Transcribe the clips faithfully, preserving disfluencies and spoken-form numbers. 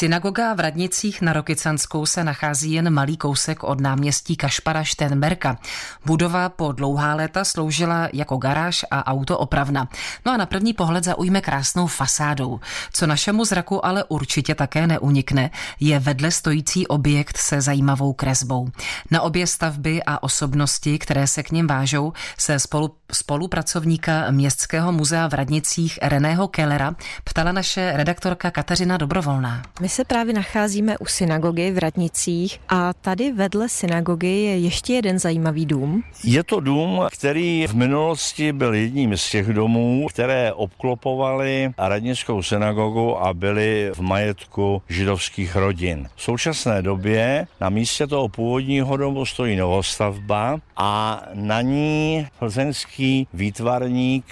Synagoga v Radnicích na Rokycansku se nachází jen malý kousek od náměstí Kašpara Šternberka. Budova po dlouhá léta sloužila jako garáž a autoopravna. No a na první pohled zaujme krásnou fasádou. Co našemu zraku ale určitě také neunikne, je vedle stojící objekt se zajímavou kresbou. Na obě stavby a osobnosti, které se k nim vážou, se spolu, spolupracovníka Městského muzea v Radnicích Reného Kellera ptala naše redaktorka Kateřina Dobrovolná. My se právě nacházíme u synagogy v Radnicích a tady vedle synagogy je ještě jeden zajímavý dům. Je to dům, který v minulosti byl jedním z těch domů, které obklopovaly radnickou synagogu a byly v majetku židovských rodin. V současné době na místě toho původního domu stojí novostavba a na ní plzeňský výtvarník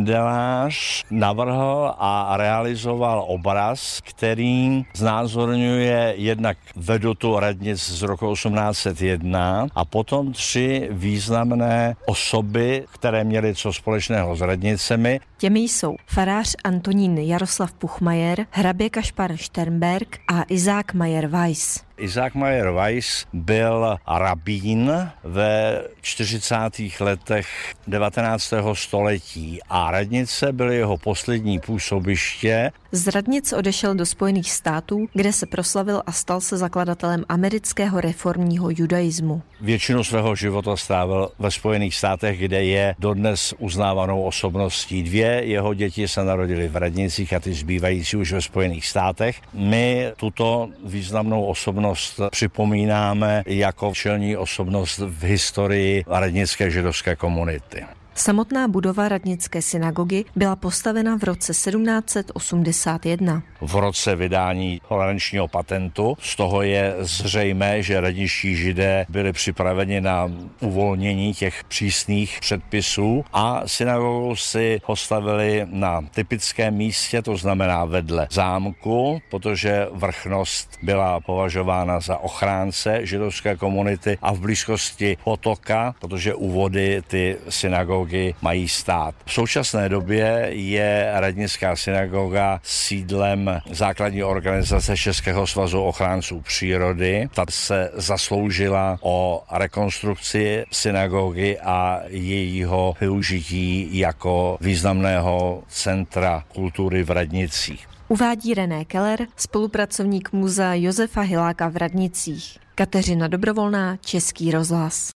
Šindelář navrhl a realizoval obraz, který znázorňuje jednak vedutu radnic z roku osmnáct set jedna a potom tři významné osoby, které měly co společného s radnicemi. Těmi jsou farář Antonín Jaroslav Puchmajer, hrabě Kašpar Šternberk a Izák Mayer-Weiss. Izák Mayer-Weiss byl rabín ve čtyřicátých letech devatenáctého století a radnice byly jeho poslední působiště. Z Radnic odešel do Spojených států, kde se proslavil a stal se zakladatelem amerického reformního judaismu. Většinu svého života strávil ve Spojených státech, kde je dodnes uznávanou osobností. Dvě jeho děti se narodily v Radnicích a ty zbývající už ve Spojených státech. My tuto významnou osobnost připomínáme jako čelní osobnost v historii radnické židovské komunity. Samotná budova radnické synagogy byla postavena v roce sedmnáct set osmdesát jedna. V roce vydání tolerančního patentu. Z toho je zřejmé, že radničtí židé byli připraveni na uvolnění těch přísných předpisů a synagogu si postavili na typickém místě, to znamená vedle zámku, protože vrchnost byla považována za ochránce židovské komunity a v blízkosti potoka, protože u vody ty synagogy mají stát. V současné době je radnická synagoga sídlem základní organizace Českého svazu ochránců přírody. Ta se zasloužila o rekonstrukci synagogy a jejího využití jako významného centra kultury v Radnicích. Uvádí René Keller, spolupracovník muzea Josefa Hiláka v Radnicích. Kateřina Dobrovolná, Český rozhlas.